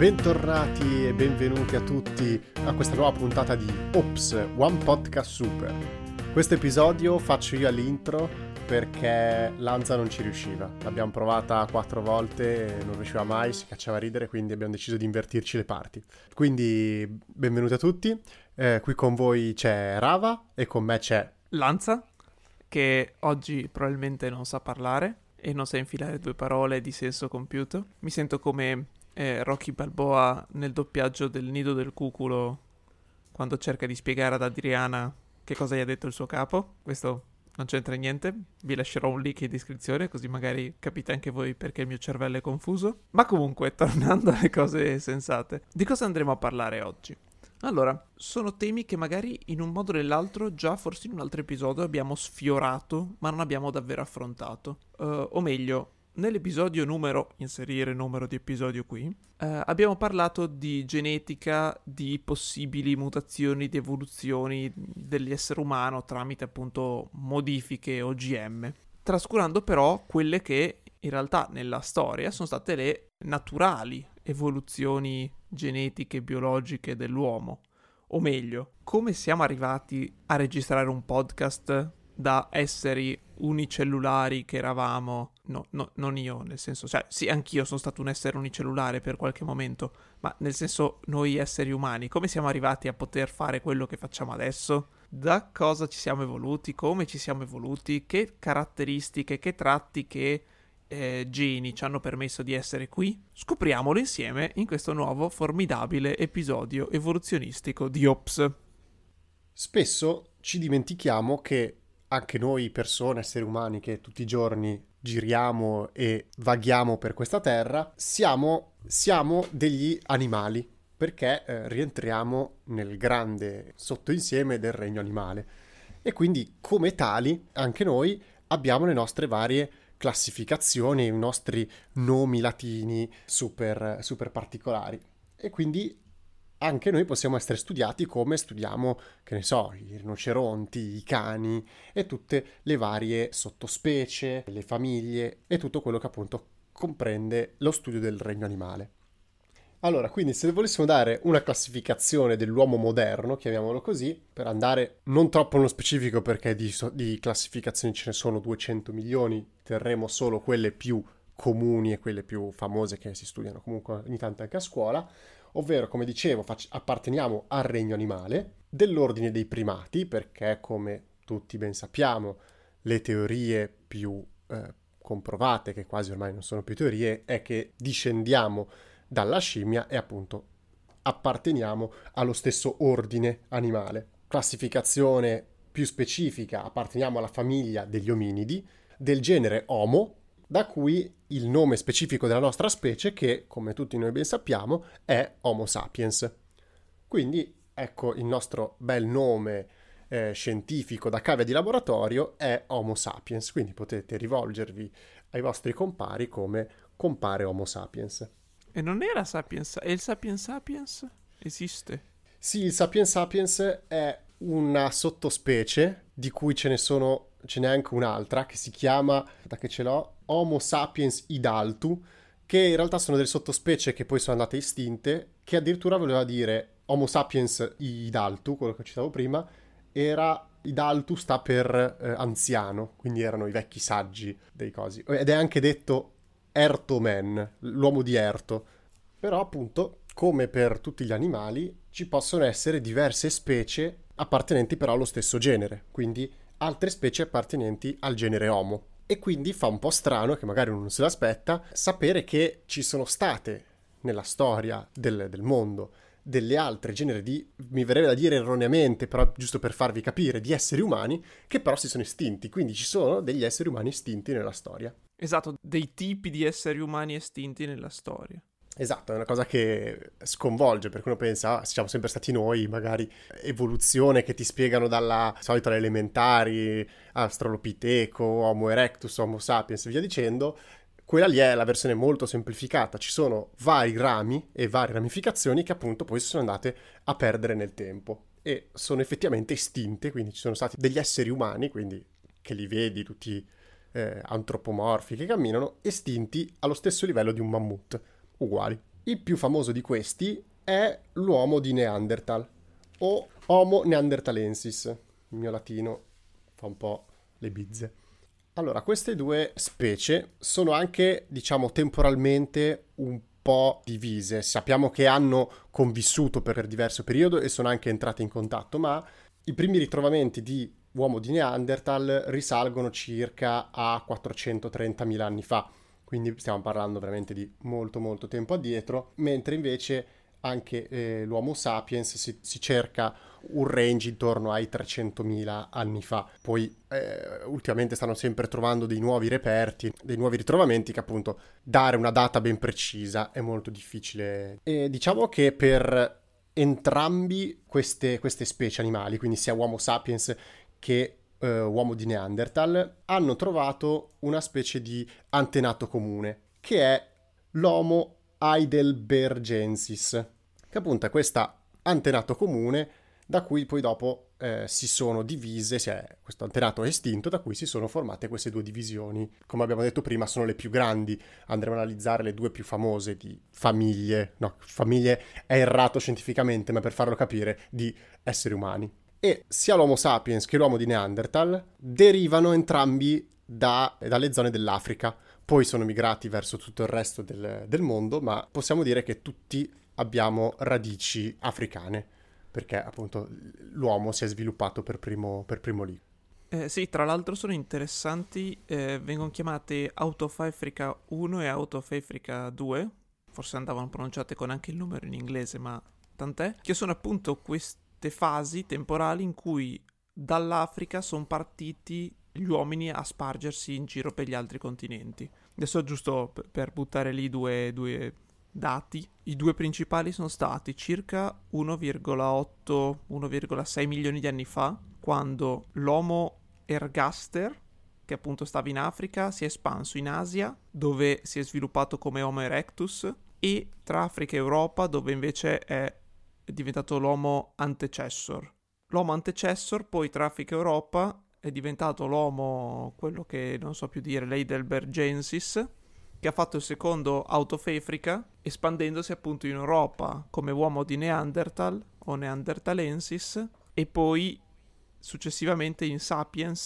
Bentornati e benvenuti a tutti a questa nuova puntata di Ops, One Podcast Super. Questo episodio faccio io all'intro perché Lanza non ci riusciva. L'abbiamo provata 4 volte e non riusciva mai, si cacciava a ridere, quindi abbiamo deciso di invertirci le parti. Quindi benvenuti a tutti, qui con voi c'è Rava e con me c'è Lanza, che oggi probabilmente non sa parlare e non sa infilare due parole di senso compiuto. Mi sento come Rocky Balboa nel doppiaggio del Nido del Cuculo quando cerca di spiegare ad Adriana che cosa gli ha detto il suo capo. Questo non c'entra niente, vi lascerò un link in descrizione così magari capite anche voi perché il mio cervello è confuso. Ma comunque, tornando alle cose sensate, di cosa andremo a parlare oggi? Allora, sono temi che magari in un modo o nell'altro già forse in un altro episodio abbiamo sfiorato, ma non abbiamo davvero affrontato. O meglio, nell'episodio inserire numero di episodio qui, abbiamo parlato di genetica, di possibili mutazioni, di evoluzioni dell'essere umano tramite appunto modifiche OGM, trascurando però quelle che in realtà nella storia sono state le naturali evoluzioni genetiche e biologiche dell'uomo. O meglio, come siamo arrivati a registrare un podcast da esseri unicellulari che eravamo, non io, nel senso, cioè sì, anch'io sono stato un essere unicellulare per qualche momento, ma nel senso noi esseri umani, come siamo arrivati a poter fare quello che facciamo adesso? Da cosa ci siamo evoluti? Come ci siamo evoluti? Che caratteristiche, che tratti, che geni ci hanno permesso di essere qui? Scopriamolo insieme in questo nuovo formidabile episodio evoluzionistico di Ops. Spesso ci dimentichiamo che anche noi persone, esseri umani che tutti i giorni giriamo e vaghiamo per questa terra, siamo degli animali, perché rientriamo nel grande sottoinsieme del regno animale. E quindi come tali anche noi abbiamo le nostre varie classificazioni, i nostri nomi latini super particolari. E quindi anche noi possiamo essere studiati come studiamo, che ne so, i rinoceronti, i cani e tutte le varie sottospecie, le famiglie e tutto quello che appunto comprende lo studio del regno animale. Allora, quindi se volessimo dare una classificazione dell'uomo moderno, chiamiamolo così, per andare non troppo nello specifico perché di classificazioni ce ne sono 200 milioni, terremo solo quelle più comuni e quelle più famose che si studiano comunque ogni tanto anche a scuola, ovvero, come dicevo, apparteniamo al regno animale, dell'ordine dei primati, perché come tutti ben sappiamo, le teorie più comprovate, che quasi ormai non sono più teorie, è che discendiamo dalla scimmia e appunto apparteniamo allo stesso ordine animale. Classificazione più specifica, apparteniamo alla famiglia degli ominidi, del genere Homo, da cui il nome specifico della nostra specie, che come tutti noi ben sappiamo è Homo sapiens. Quindi ecco il nostro bel nome scientifico da cavia di laboratorio è Homo sapiens, quindi potete rivolgervi ai vostri compari come compare Homo sapiens. E non era Sapiens, e il Sapiens Sapiens esiste? Sì, il Sapiens Sapiens è una sottospecie di cui ce n'è anche un'altra che si chiama, da che ce l'ho, Homo sapiens idaltu, che in realtà sono delle sottospecie che poi sono andate estinte, che addirittura voleva dire Homo sapiens idaltu, quello che citavo prima, era idaltu sta per anziano, quindi erano i vecchi saggi dei cosi. Ed è anche detto Ertomen, l'uomo di Erto. Però appunto, come per tutti gli animali, ci possono essere diverse specie appartenenti però allo stesso genere, quindi altre specie appartenenti al genere Homo. E quindi fa un po' strano, che magari uno non se l'aspetta, sapere che ci sono state nella storia del mondo delle altre generi di, mi verrebbe da dire erroneamente, però giusto per farvi capire, di esseri umani che però si sono estinti. Quindi ci sono degli esseri umani estinti nella storia. Esatto, dei tipi di esseri umani estinti nella storia. Esatto, è una cosa che sconvolge, perché uno pensa, siamo sempre stati noi, magari evoluzione che ti spiegano dalla solita alle elementari, Australopiteco, Homo erectus, Homo sapiens e via dicendo. Quella lì è la versione molto semplificata, ci sono vari rami e varie ramificazioni che appunto poi si sono andate a perdere nel tempo e sono effettivamente estinte, quindi ci sono stati degli esseri umani, quindi che li vedi tutti antropomorfi che camminano, estinti allo stesso livello di un mammut, uguali. Il più famoso di questi è l'uomo di Neanderthal o Homo neanderthalensis. Il mio latino fa un po' le bizze. Allora, queste due specie sono anche, diciamo, temporalmente un po' divise. Sappiamo che hanno convissuto per diverso periodo e sono anche entrate in contatto, ma i primi ritrovamenti di uomo di Neanderthal risalgono circa a 430.000 anni fa. Quindi stiamo parlando veramente di molto molto tempo addietro, mentre invece anche l'Homo sapiens si cerca un range intorno ai 300.000 anni fa. Poi ultimamente stanno sempre trovando dei nuovi reperti, dei nuovi ritrovamenti che appunto dare una data ben precisa è molto difficile. E diciamo che per entrambi queste specie animali, quindi sia Homo sapiens che uomo di Neanderthal, hanno trovato una specie di antenato comune, che è l'Homo heidelbergensis, che appunto è questa antenato comune da cui poi dopo si sono divise, questo antenato è estinto, da cui si sono formate queste due divisioni. Come abbiamo detto prima, sono le più grandi. Andremo ad analizzare le due più famose di famiglie, no, famiglie è errato scientificamente, ma per farlo capire, di esseri umani. E sia l'Homo sapiens che l'uomo di Neanderthal derivano entrambi dalle zone dell'Africa. Poi sono migrati verso tutto il resto del mondo, ma possiamo dire che tutti abbiamo radici africane, perché appunto l'uomo si è sviluppato per primo lì. Sì, tra l'altro sono interessanti, vengono chiamate Out of Africa 1 e Out of Africa 2, forse andavano pronunciate con anche il numero in inglese, ma tant'è, che sono appunto queste fasi temporali in cui dall'Africa sono partiti gli uomini a spargersi in giro per gli altri continenti. Adesso giusto per buttare lì due dati, i due principali sono stati circa 1,8-1,6 milioni di anni fa, quando l'Homo ergaster, che appunto stava in Africa, si è espanso in Asia, dove si è sviluppato come Homo erectus, e tra Africa e Europa, dove invece è diventato l'Homo antecessor. L'Homo antecessor poi tra Africa e Europa è diventato l'Homo, quello che non so più dire, l'Heidelbergensis, che ha fatto il secondo Out of Africa, espandendosi appunto in Europa come uomo di Neanderthal o Neanderthalensis, e poi successivamente in Sapiens,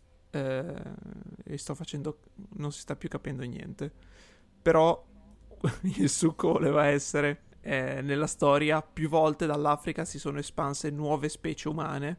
e sto facendo, non si sta più capendo niente, però il succo voleva essere, nella storia più volte dall'Africa si sono espanse nuove specie umane,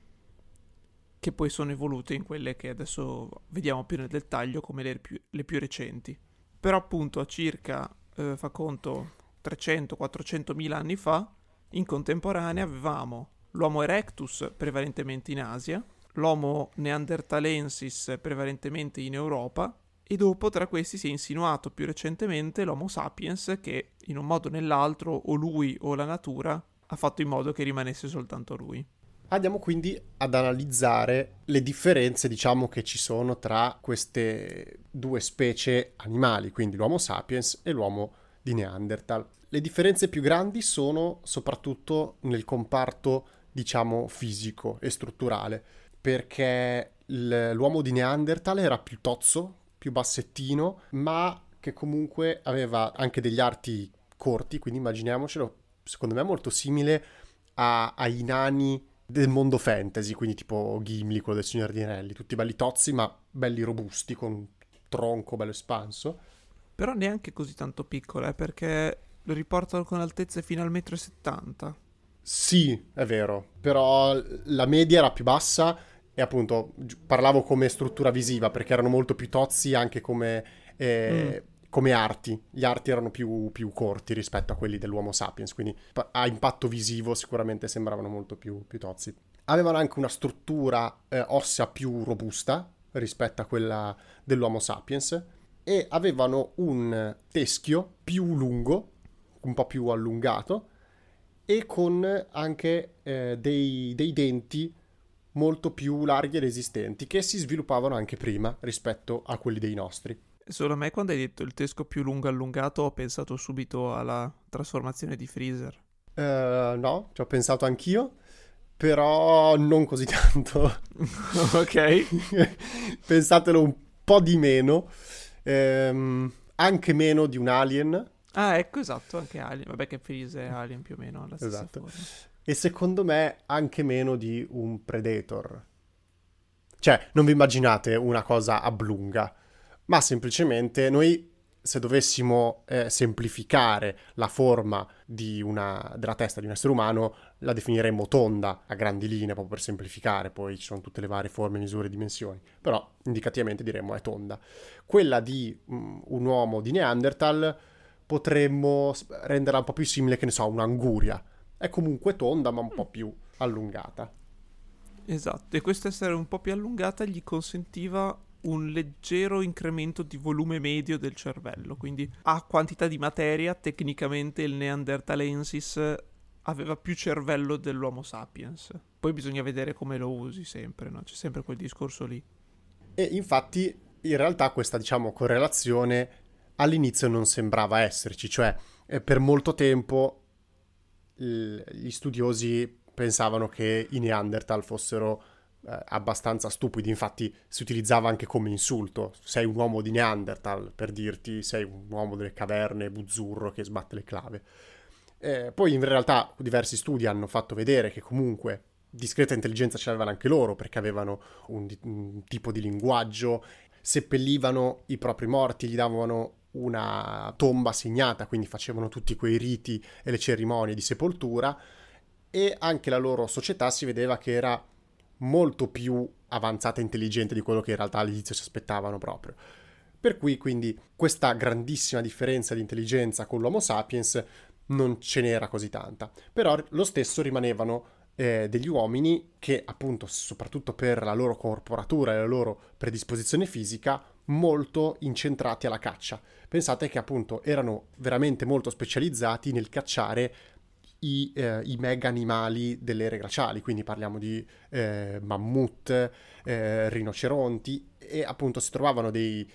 che poi sono evolute in quelle che adesso vediamo più nel dettaglio come le più recenti. Però appunto a circa, fa conto, 300-400 mila anni fa, in contemporanea avevamo l'Homo erectus prevalentemente in Asia, l'Homo neanderthalensis prevalentemente in Europa, e dopo tra questi si è insinuato più recentemente l'Homo sapiens, che in un modo o nell'altro, o lui o la natura, ha fatto in modo che rimanesse soltanto lui. Andiamo quindi ad analizzare le differenze, diciamo, che ci sono tra queste due specie animali, quindi l'Homo sapiens e l'uomo di Neanderthal. Le differenze più grandi sono soprattutto nel comparto, diciamo, fisico e strutturale, perché l'uomo di Neanderthal era più tozzo, più bassettino, ma che comunque aveva anche degli arti corti, quindi immaginiamocelo, secondo me molto simile ai nani del mondo fantasy, quindi tipo Gimli, quello del Signore degli Anelli, tutti belli tozzi ma belli robusti, con un tronco bello espanso. Però neanche così tanto piccola, perché lo riportano con altezze fino al 1,70 m. Sì, è vero, però la media era più bassa e appunto parlavo come struttura visiva, perché erano molto più tozzi anche come arti. Gli arti erano più corti rispetto a quelli dell'Homo sapiens, quindi a impatto visivo sicuramente sembravano molto più tozzi. Avevano anche una struttura ossea più robusta rispetto a quella dell'Homo sapiens e avevano un teschio più lungo, un po' più allungato, e con anche dei denti molto più larghi e resistenti, che si sviluppavano anche prima rispetto a quelli dei nostri. Solo a me, quando hai detto il teschio più lungo allungato, ho pensato subito alla trasformazione di Freezer. No, ci ho pensato anch'io, però non così tanto. Ok. Pensatelo un po' di meno, anche meno di un alien. Ah, ecco, esatto, anche Alien. Vabbè che Freeze e Alien più o meno hanno la stessa Esatto. forma. E secondo me anche meno di un Predator. Cioè, non vi immaginate una cosa oblunga, ma semplicemente noi, se dovessimo semplificare la forma della testa di un essere umano, la definiremmo tonda a grandi linee, proprio per semplificare, poi ci sono tutte le varie forme, misure e dimensioni, però indicativamente diremmo è tonda. Quella di un uomo di Neanderthal potremmo renderla un po' più simile, che ne so, a un'anguria. È comunque tonda, ma un po' più allungata. Esatto, e questo essere un po' più allungata gli consentiva un leggero incremento di volume medio del cervello, quindi a quantità di materia tecnicamente il Neanderthalensis aveva più cervello dell'Homo sapiens. Poi bisogna vedere come lo usi sempre, no? C'è sempre quel discorso lì. E infatti, in realtà, questa, diciamo, correlazione all'inizio non sembrava esserci, cioè per molto tempo gli studiosi pensavano che i Neanderthal fossero abbastanza stupidi, infatti si utilizzava anche come insulto: sei un uomo di Neanderthal, per dirti sei un uomo delle caverne buzzurro che sbatte le clave. Poi in realtà diversi studi hanno fatto vedere che comunque discreta intelligenza ce l'avevano anche loro, perché avevano un tipo di linguaggio, seppellivano i propri morti, gli davano una tomba segnata, quindi facevano tutti quei riti e le cerimonie di sepoltura, e anche la loro società si vedeva che era molto più avanzata e intelligente di quello che in realtà all'inizio si aspettavano proprio. Per cui quindi questa grandissima differenza di intelligenza con l'Homo sapiens non ce n'era così tanta, però lo stesso rimanevano degli uomini che, appunto, soprattutto per la loro corporatura e la loro predisposizione fisica, molto incentrati alla caccia. Pensate che appunto erano veramente molto specializzati nel cacciare i mega animali delle ere glaciali, quindi parliamo di mammut, rinoceronti, e appunto si trovavano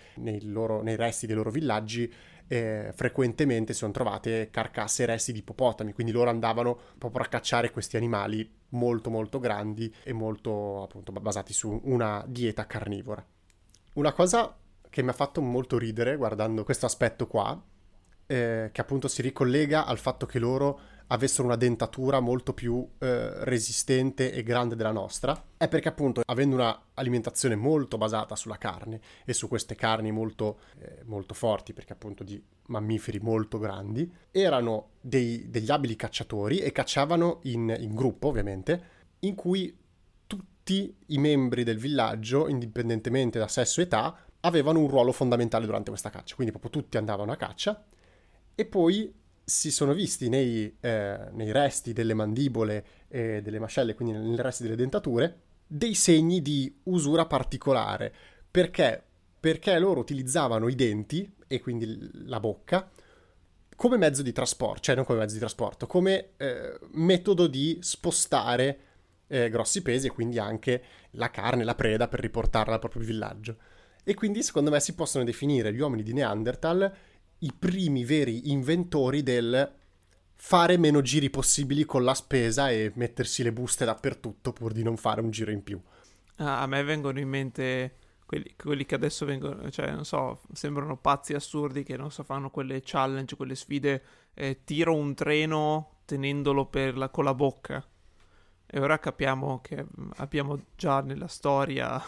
nei resti dei loro villaggi. Frequentemente si sono trovate carcasse e resti di ippopotami, quindi loro andavano proprio a cacciare questi animali molto molto grandi e molto, appunto, basati su una dieta carnivora. Una cosa che mi ha fatto molto ridere guardando questo aspetto qua, che appunto si ricollega al fatto che loro avessero una dentatura molto più resistente e grande della nostra, è perché appunto, avendo una alimentazione molto basata sulla carne e su queste carni molto, molto forti, perché appunto di mammiferi molto grandi, erano degli abili cacciatori e cacciavano in gruppo, ovviamente, in cui tutti i membri del villaggio, indipendentemente da sesso e età, avevano un ruolo fondamentale durante questa caccia, quindi proprio tutti andavano a caccia. E poi si sono visti nei resti delle mandibole e delle mascelle, quindi nei resti delle dentature, dei segni di usura particolare. Perché? Perché loro utilizzavano i denti, e quindi la bocca, come mezzo di trasporto, cioè non come mezzo di trasporto, come metodo di spostare grossi pesi, e quindi anche la carne, la preda, per riportarla al proprio villaggio. E quindi secondo me si possono definire gli uomini di Neanderthal i primi veri inventori del fare meno giri possibili con la spesa e mettersi le buste dappertutto pur di non fare un giro in più. Ah, a me vengono in mente quelli che adesso vengono, cioè, non so, sembrano pazzi assurdi che, non so, fanno quelle challenge, quelle sfide, tiro un treno tenendolo con la bocca. E ora capiamo che abbiamo già nella storia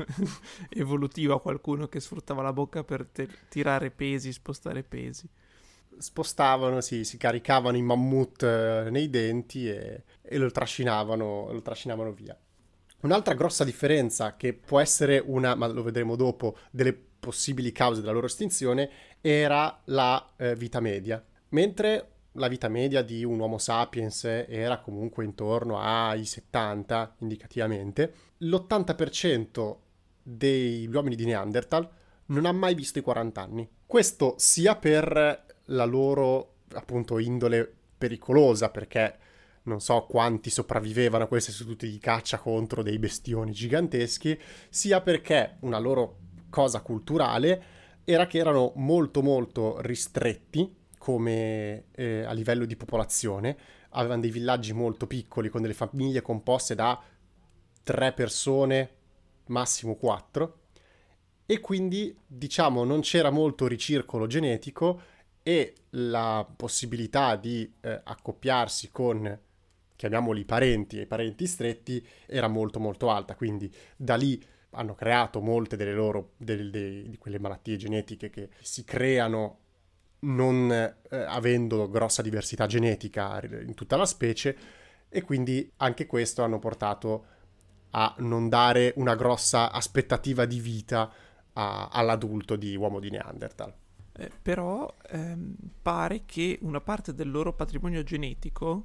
evolutiva qualcuno che sfruttava la bocca per tirare pesi, spostare pesi. Spostavano, sì, si caricavano i mammut nei denti e lo trascinavano via. Un'altra grossa differenza, che può essere una, ma lo vedremo dopo, delle possibili cause della loro estinzione, era la vita media. Mentre la vita media di un Homo sapiens era comunque intorno ai 70, indicativamente, l'80% degli uomini di Neanderthal non ha mai visto i 40 anni. Questo sia per la loro, appunto, indole pericolosa, perché non so quanti sopravvivevano a questi istituti di caccia contro dei bestioni giganteschi, sia perché una loro cosa culturale era che erano molto molto ristretti come a livello di popolazione. Avevano dei villaggi molto piccoli con delle famiglie composte da 3 persone, massimo 4, e quindi, diciamo, non c'era molto ricircolo genetico e la possibilità di accoppiarsi con, chiamiamoli parenti e parenti stretti, era molto molto alta, quindi da lì hanno creato molte delle loro di quelle malattie genetiche che si creano non avendo grossa diversità genetica in tutta la specie, e quindi anche questo hanno portato a non dare una grossa aspettativa di vita all'adulto di uomo di Neanderthal. Però pare che una parte del loro patrimonio genetico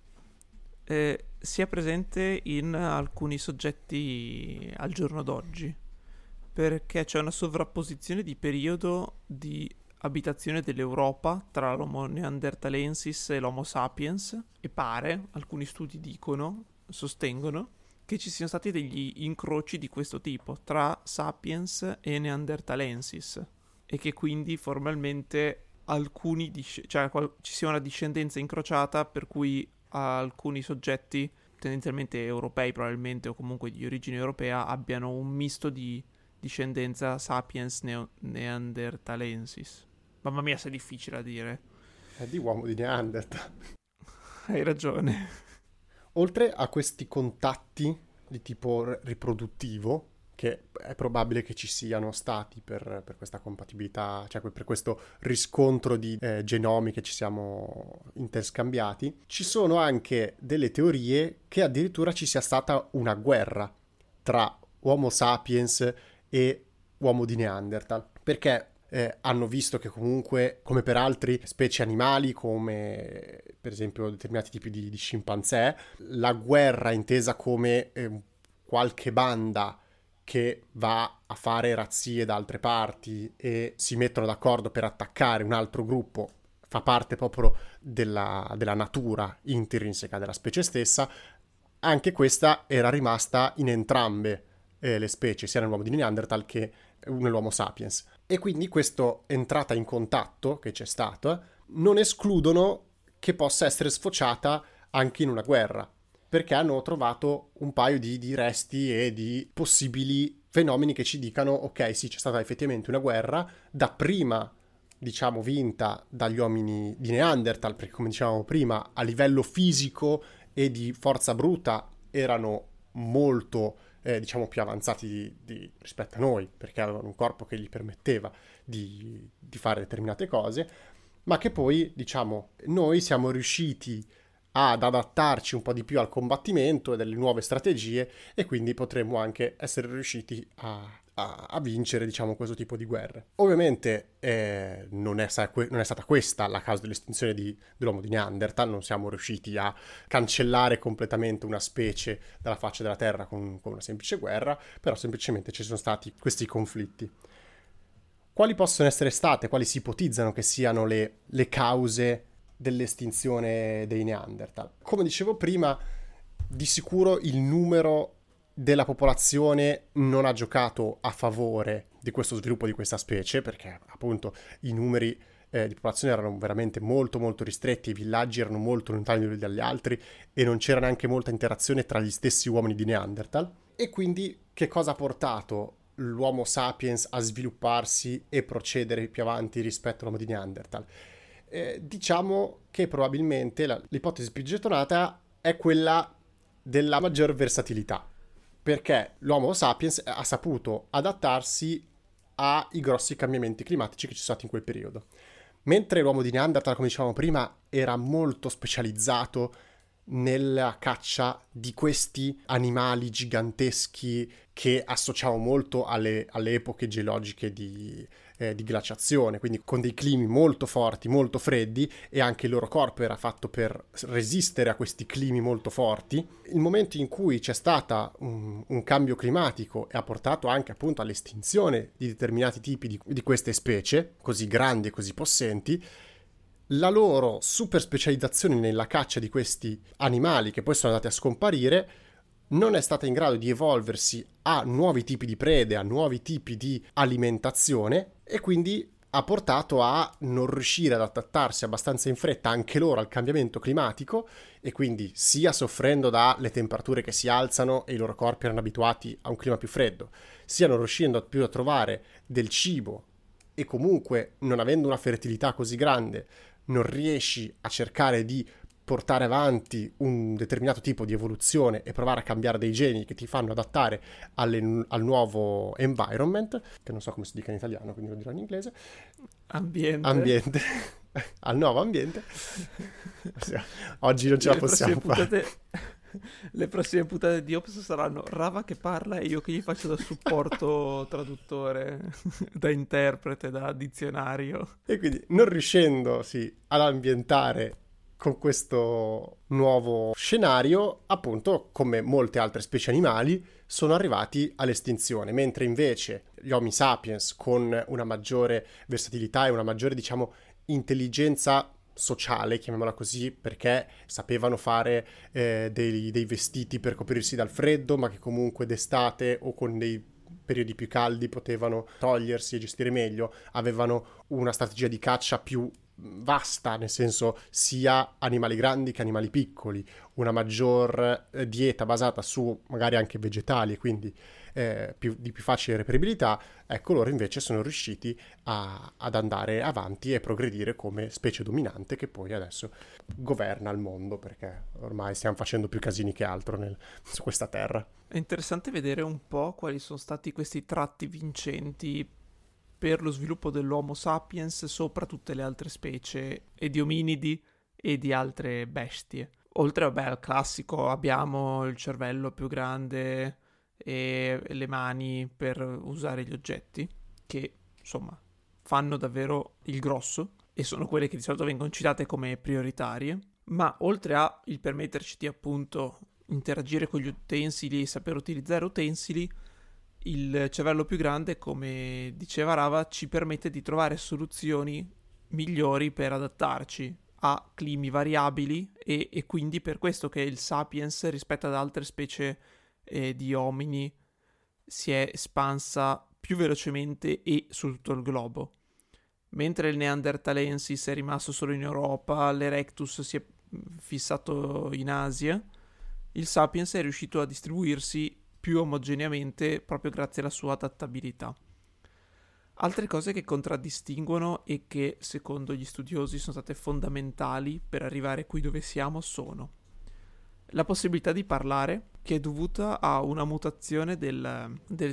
sia presente in alcuni soggetti al giorno d'oggi, perché c'è una sovrapposizione di periodo di abitazione dell'Europa tra l'Homo neanderthalensis e l'Homo sapiens, e pare, alcuni studi sostengono, che ci siano stati degli incroci di questo tipo tra sapiens e neanderthalensis, e che quindi formalmente ci sia una discendenza incrociata per cui alcuni soggetti tendenzialmente europei probabilmente, o comunque di origine europea, abbiano un misto di discendenza sapiens neanderthalensis. Mamma mia, se è difficile a dire. È di uomo di Neanderthal. Hai ragione. Oltre a questi contatti di tipo riproduttivo, che è probabile che ci siano stati per questa compatibilità, cioè per questo riscontro di genomi che ci siamo interscambiati, ci sono anche delle teorie che addirittura ci sia stata una guerra tra Homo sapiens e uomo di Neanderthal, perché hanno visto che comunque, come per altre specie animali, come per esempio determinati tipi di scimpanzé, la guerra intesa come qualche banda che va a fare razzie da altre parti e si mettono d'accordo per attaccare un altro gruppo, fa parte proprio della natura intrinseca della specie stessa. Anche questa era rimasta in entrambe le specie, sia nell'uomo di Neanderthal che nell'Homo sapiens. E quindi questa entrata in contatto che c'è stata non escludono che possa essere sfociata anche in una guerra, perché hanno trovato un paio di resti e di possibili fenomeni che ci dicano ok, sì, c'è stata effettivamente una guerra, dapprima diciamo vinta dagli uomini di Neanderthal, perché come dicevamo prima a livello fisico e di forza bruta erano molto diciamo più avanzati rispetto a noi, perché avevano un corpo che gli permetteva di fare determinate cose, ma che poi diciamo noi siamo riusciti ad adattarci un po' di più al combattimento e delle nuove strategie, e quindi potremmo anche essere riusciti a vincere, diciamo, questo tipo di guerre. Ovviamente non è stata questa la causa dell'estinzione dell'uomo di Neanderthal, non siamo riusciti a cancellare completamente una specie dalla faccia della terra con una semplice guerra, però semplicemente ci sono stati questi conflitti. Quali possono essere state, quali si ipotizzano che siano le cause dell'estinzione dei Neanderthal? Come dicevo prima, di sicuro il numero della popolazione non ha giocato a favore di questo sviluppo di questa specie, perché appunto i numeri di popolazione erano veramente molto molto ristretti, i villaggi erano molto lontani gli uni dagli altri e non c'era neanche molta interazione tra gli stessi uomini di Neanderthal. E quindi che cosa ha portato l'Homo sapiens a svilupparsi e procedere più avanti rispetto all'uomo di Neanderthal? Diciamo che probabilmente l'ipotesi più gettonata è quella della maggior versatilità, perché l'Homo sapiens ha saputo adattarsi ai grossi cambiamenti climatici che ci sono stati in quel periodo. Mentre l'uomo di Neanderthal, come dicevamo prima, era molto specializzato nella caccia di questi animali giganteschi che associamo molto alle epoche geologiche di glaciazione, quindi con dei climi molto forti, molto freddi, e anche il loro corpo era fatto per resistere a questi climi molto forti. Il momento in cui c'è stato un cambio climatico e ha portato anche appunto all'estinzione di determinati tipi di queste specie così grandi e così possenti, la loro super specializzazione nella caccia di questi animali che poi sono andati a scomparire non è stata in grado di evolversi a nuovi tipi di prede, a nuovi tipi di alimentazione, e quindi ha portato a non riuscire ad adattarsi abbastanza in fretta anche loro al cambiamento climatico, e quindi sia soffrendo dalle temperature che si alzano e i loro corpi erano abituati a un clima più freddo, sia non riuscendo più a trovare del cibo e comunque non avendo una fertilità così grande non riesci a cercare di portare avanti un determinato tipo di evoluzione e provare a cambiare dei geni che ti fanno adattare al nuovo environment, che non so come si dica in italiano, quindi lo dirò in inglese. Ambiente. Al nuovo ambiente. Oggi non ce la possiamo fare. Le prossime puntate di Ops saranno Rava che parla e io che gli faccio da supporto traduttore, da interprete, da dizionario. E quindi non riuscendosi ad ambientare con questo nuovo scenario, appunto, come molte altre specie animali, sono arrivati all'estinzione, mentre invece gli Homo sapiens, con una maggiore versatilità e una maggiore, diciamo, intelligenza sociale, chiamiamola così, perché sapevano fare dei vestiti per coprirsi dal freddo, ma che comunque d'estate o con dei periodi più caldi potevano togliersi e gestire meglio, avevano una strategia di caccia più vasta, nel senso sia animali grandi che animali piccoli, una maggior dieta basata su magari anche vegetali, quindi di più facile reperibilità. Ecco, loro invece sono riusciti ad andare avanti e progredire come specie dominante che poi adesso governa il mondo, perché ormai stiamo facendo più casini che altro su questa terra. È interessante vedere un po' quali sono stati questi tratti vincenti per lo sviluppo dell'Homo sapiens sopra tutte le altre specie e di ominidi e di altre bestie. Oltre, vabbè, al classico, abbiamo il cervello più grande e le mani per usare gli oggetti, che insomma fanno davvero il grosso e sono quelle che di solito vengono citate come prioritarie. Ma oltre a il permetterci di appunto interagire con gli utensili e saper utilizzare utensili, il cervello più grande, come diceva Rava, ci permette di trovare soluzioni migliori per adattarci a climi variabili e quindi per questo che il Sapiens rispetto ad altre specie di omini si è espansa più velocemente e su tutto il globo. Mentre il Neanderthalensis è rimasto solo in Europa, l'Erectus si è fissato in Asia, il Sapiens è riuscito a distribuirsi più omogeneamente proprio grazie alla sua adattabilità. Altre cose che contraddistinguono e che secondo gli studiosi sono state fondamentali per arrivare qui dove siamo sono la possibilità di parlare, che è dovuta a una mutazione della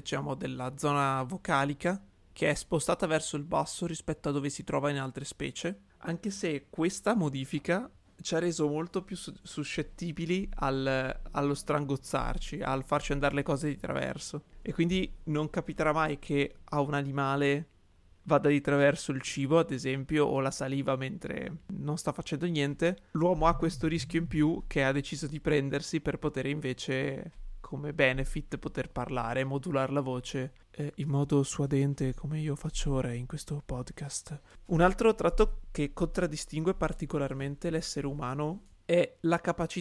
zona vocalica che è spostata verso il basso rispetto a dove si trova in altre specie, anche se questa modifica ci ha reso molto più suscettibili allo strangozzarci, al farci andare le cose di traverso. E quindi non capiterà mai che a un animale vada di traverso il cibo, ad esempio, o la saliva mentre non sta facendo niente. L'uomo ha questo rischio in più che ha deciso di prendersi per poter invece, come benefit, poter parlare e modulare la voce in modo suadente come io faccio ora in questo podcast. Un altro tratto che contraddistingue particolarmente l'essere umano è la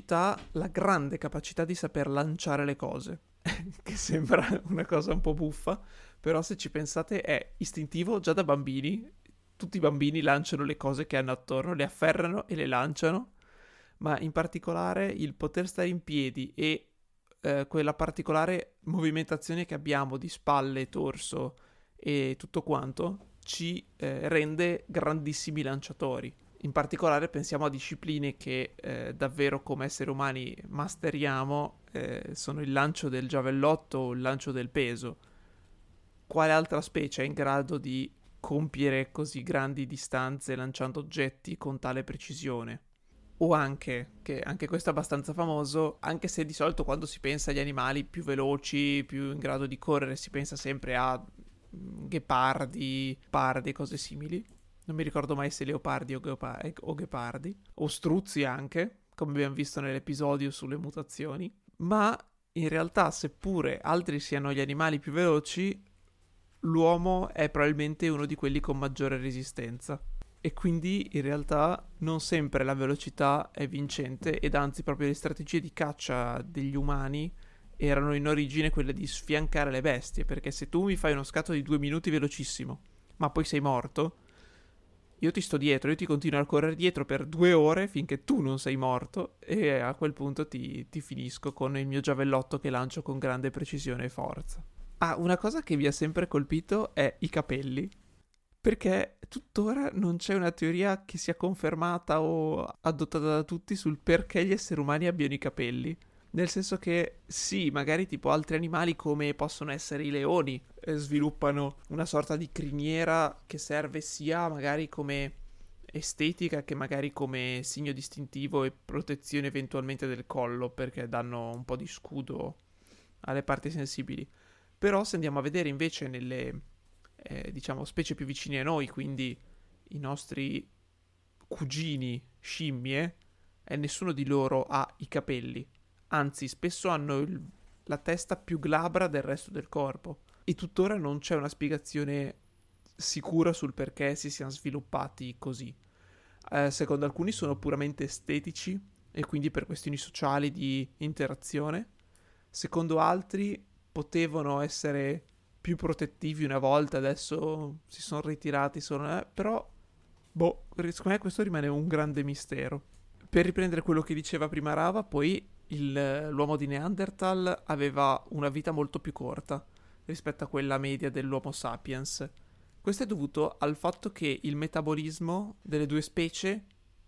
grande capacità di saper lanciare le cose, che sembra una cosa un po' buffa, però se ci pensate è istintivo già da bambini. Tutti i bambini lanciano le cose che hanno attorno, le afferrano e le lanciano, ma in particolare il poter stare in piedi e quella particolare movimentazione che abbiamo di spalle, torso e tutto quanto ci rende grandissimi lanciatori. In particolare pensiamo a discipline che davvero come esseri umani masteriamo, sono il lancio del giavellotto o il lancio del peso. Quale altra specie è in grado di compiere così grandi distanze lanciando oggetti con tale precisione? O anche, che anche questo è abbastanza famoso, anche se di solito quando si pensa agli animali più veloci, più in grado di correre, si pensa sempre a ghepardi, pardi e cose simili. Non mi ricordo mai se leopardi o ghepardi, o struzzi anche, come abbiamo visto nell'episodio sulle mutazioni. Ma in realtà, seppure altri siano gli animali più veloci, l'uomo è probabilmente uno di quelli con maggiore resistenza. E quindi in realtà non sempre la velocità è vincente, ed anzi proprio le strategie di caccia degli umani erano in origine quelle di sfiancare le bestie, perché se tu mi fai uno scatto di 2 minuti velocissimo, ma poi sei morto, io ti sto dietro, io ti continuo a correre dietro per 2 ore finché tu non sei morto, e a quel punto ti finisco con il mio giavellotto che lancio con grande precisione e forza. Ah, una cosa che mi ha sempre colpito è i capelli. Perché tuttora non c'è una teoria che sia confermata o adottata da tutti sul perché gli esseri umani abbiano i capelli. Nel senso che sì, magari tipo altri animali come possono essere i leoni sviluppano una sorta di criniera che serve sia magari come estetica che magari come segno distintivo e protezione eventualmente del collo, perché danno un po' di scudo alle parti sensibili. Però se andiamo a vedere invece nelle diciamo specie più vicine a noi, quindi i nostri cugini scimmie, nessuno di loro ha i capelli, anzi spesso hanno la testa più glabra del resto del corpo, e tuttora non c'è una spiegazione sicura sul perché si siano sviluppati così. Secondo alcuni sono puramente estetici e quindi per questioni sociali di interazione, secondo altri potevano essere più protettivi una volta, adesso si sono ritirati, però boh, secondo me questo rimane un grande mistero. Per riprendere quello che diceva prima Rava, poi l'uomo di Neanderthal aveva una vita molto più corta rispetto a quella media dell'Homo sapiens. Questo è dovuto al fatto che il metabolismo delle due specie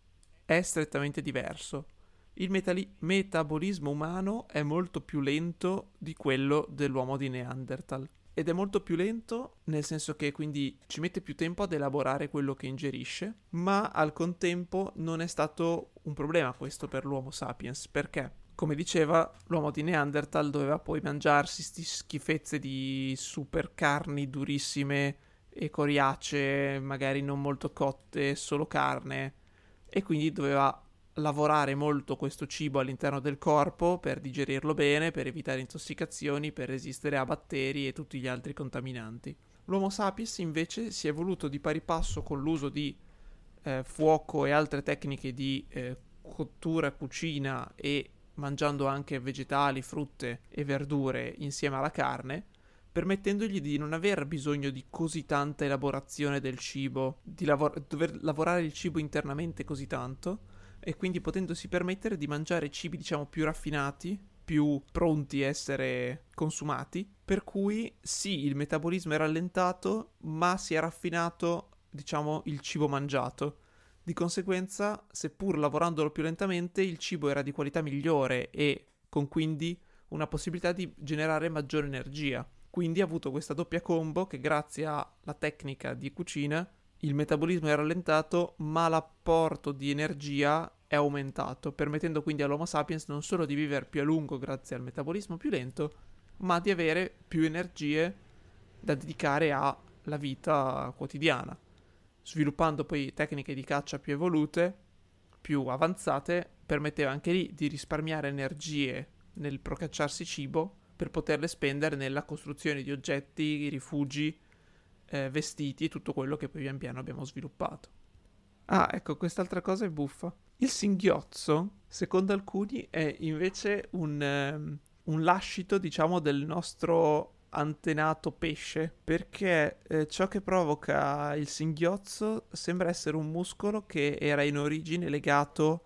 è strettamente diverso. Il metabolismo umano è molto più lento di quello dell'uomo di Neanderthal. Ed è molto più lento nel senso che quindi ci mette più tempo ad elaborare quello che ingerisce, ma al contempo non è stato un problema questo per l'Homo sapiens, perché come diceva, l'uomo di Neanderthal doveva poi mangiarsi sti schifezze di super carni durissime e coriacee, magari non molto cotte, solo carne, e quindi doveva lavorare molto questo cibo all'interno del corpo per digerirlo bene, per evitare intossicazioni, per resistere a batteri e tutti gli altri contaminanti. L'Homo sapiens invece si è evoluto di pari passo con l'uso di fuoco e altre tecniche di cottura, cucina e mangiando anche vegetali, frutte e verdure insieme alla carne, permettendogli di non aver bisogno di così tanta elaborazione del cibo, di dover lavorare il cibo internamente così tanto, e quindi potendosi permettere di mangiare cibi diciamo più raffinati, più pronti a essere consumati, per cui sì, il metabolismo è rallentato, ma si è raffinato diciamo il cibo mangiato. Di conseguenza, seppur lavorandolo più lentamente, il cibo era di qualità migliore e con quindi una possibilità di generare maggiore energia. Quindi ha avuto questa doppia combo che grazie alla tecnica di cucina il metabolismo è rallentato, ma l'apporto di energia è aumentato, permettendo quindi all'Homo sapiens non solo di vivere più a lungo grazie al metabolismo più lento, ma di avere più energie da dedicare alla vita quotidiana. Sviluppando poi tecniche di caccia più evolute, più avanzate, permetteva anche lì di risparmiare energie nel procacciarsi cibo per poterle spendere nella costruzione di oggetti, rifugi, vestiti e tutto quello che poi pian piano abbiamo sviluppato. Ah, ecco, quest'altra cosa è buffa. Il singhiozzo, secondo alcuni, è invece un lascito, diciamo, del nostro antenato pesce, perché ciò che provoca il singhiozzo sembra essere un muscolo che era in origine legato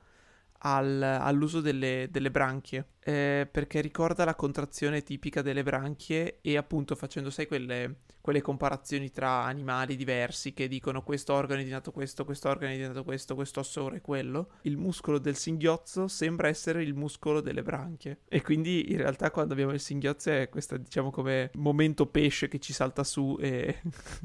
all'uso delle branchie, perché ricorda la contrazione tipica delle branchie e appunto facendo, sai, quelle comparazioni tra animali diversi che dicono questo organo è diventato questo organo è diventato questo osso ora è quello. Il muscolo del singhiozzo sembra essere il muscolo delle branchie e quindi in realtà quando abbiamo il singhiozzo è questo, diciamo, come momento pesce che ci salta su e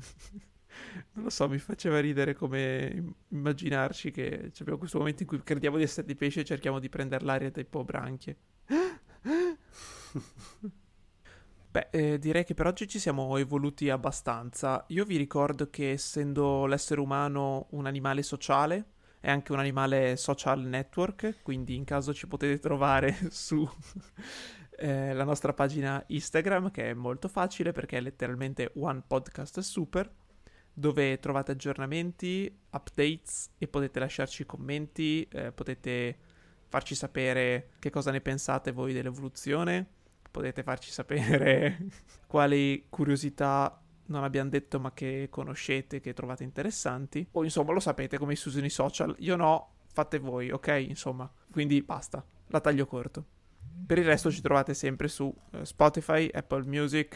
non lo so, mi faceva ridere come immaginarci che abbiamo questo momento in cui crediamo di essere dei pesci e cerchiamo di prendere l'aria dai po' branchie. Beh, direi che per oggi ci siamo evoluti abbastanza. Io vi ricordo che essendo l'essere umano un animale sociale, è anche un animale social network, quindi in caso ci potete trovare su la nostra pagina Instagram, che è molto facile perché è letteralmente One Podcast Super, dove trovate aggiornamenti, updates e potete lasciarci commenti, potete farci sapere che cosa ne pensate voi dell'evoluzione, potete farci sapere quali curiosità non abbiamo detto ma che conoscete, che trovate interessanti, o insomma lo sapete come si usano i social, io no, fate voi, ok? Insomma, quindi basta, la taglio corto. Per il resto ci trovate sempre su Spotify, Apple Music,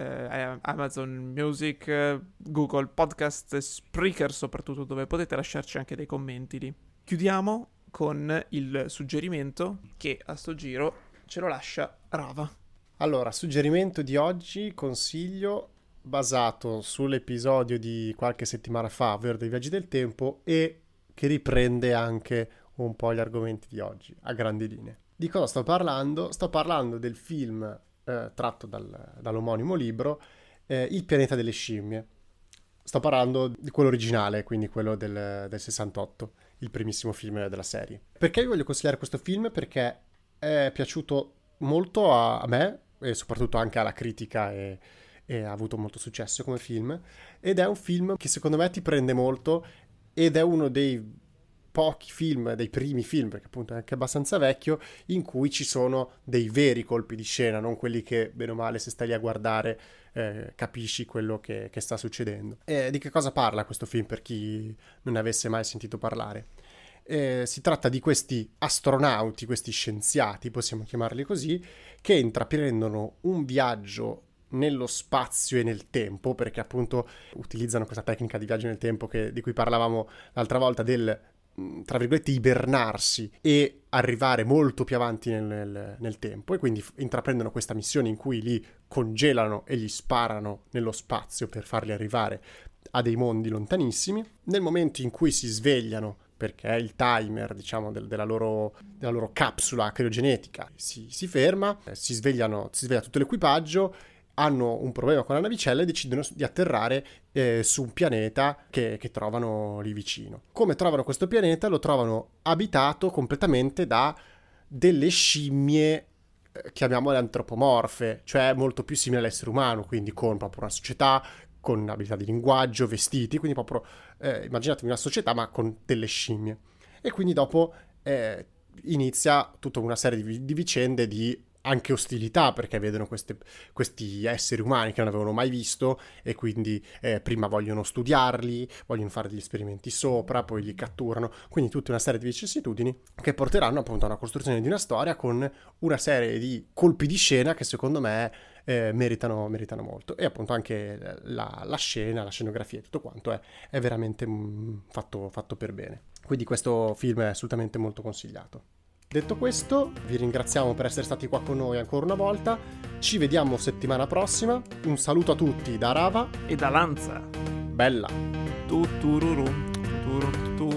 Amazon Music, Google Podcast, Spreaker soprattutto, dove potete lasciarci anche dei commenti lì. Chiudiamo con il suggerimento che a sto giro ce lo lascia Rava. Allora, suggerimento di oggi, consiglio basato sull'episodio di qualche settimana fa, ovvero dei viaggi del tempo, e che riprende anche un po' gli argomenti di oggi, a grandi linee. Di cosa sto parlando? Sto parlando del film tratto dall'omonimo libro, Il pianeta delle scimmie. Sto parlando di quello originale, quindi quello del 68, il primissimo film della serie. Perché vi voglio consigliare questo film? Perché è piaciuto molto a me, e soprattutto anche alla critica, e ha avuto molto successo come film, ed è un film che secondo me ti prende molto, ed è uno dei pochi film, dei primi film, perché appunto è anche abbastanza vecchio, in cui ci sono dei veri colpi di scena, non quelli che bene o male se stai lì a guardare capisci quello che sta succedendo. E di che cosa parla questo film per chi non ne avesse mai sentito parlare? Si tratta di questi astronauti, questi scienziati, possiamo chiamarli così, che intraprendono un viaggio nello spazio e nel tempo, perché appunto utilizzano questa tecnica di viaggio nel tempo di cui parlavamo l'altra volta, del, tra virgolette, ibernarsi e arrivare molto più avanti nel tempo, e quindi intraprendono questa missione in cui li congelano e gli sparano nello spazio per farli arrivare a dei mondi lontanissimi. Nel momento in cui si svegliano, perché il timer, diciamo, della loro capsula criogenetica si ferma, si sveglia tutto l'equipaggio, hanno un problema con la navicella e decidono di atterrare su un pianeta che trovano lì vicino. Come trovano questo pianeta? Lo trovano abitato completamente da delle scimmie, chiamiamole antropomorfe, cioè molto più simili all'essere umano, quindi con proprio una società, con abilità di linguaggio, vestiti, quindi proprio immaginatevi una società ma con delle scimmie. E quindi dopo inizia tutta una serie di vicende di anche ostilità, perché vedono questi esseri umani che non avevano mai visto, e quindi prima vogliono studiarli, vogliono fare degli esperimenti sopra, poi li catturano, quindi tutta una serie di vicissitudini che porteranno appunto a una costruzione di una storia con una serie di colpi di scena che secondo me meritano molto, e appunto anche la scena, la scenografia e tutto quanto è veramente fatto per bene. Quindi questo film è assolutamente molto consigliato. Detto questo, vi ringraziamo per essere stati qua con noi ancora una volta. Ci vediamo settimana prossima. Un saluto a tutti da Rava e da Lanza. Bella. Tu.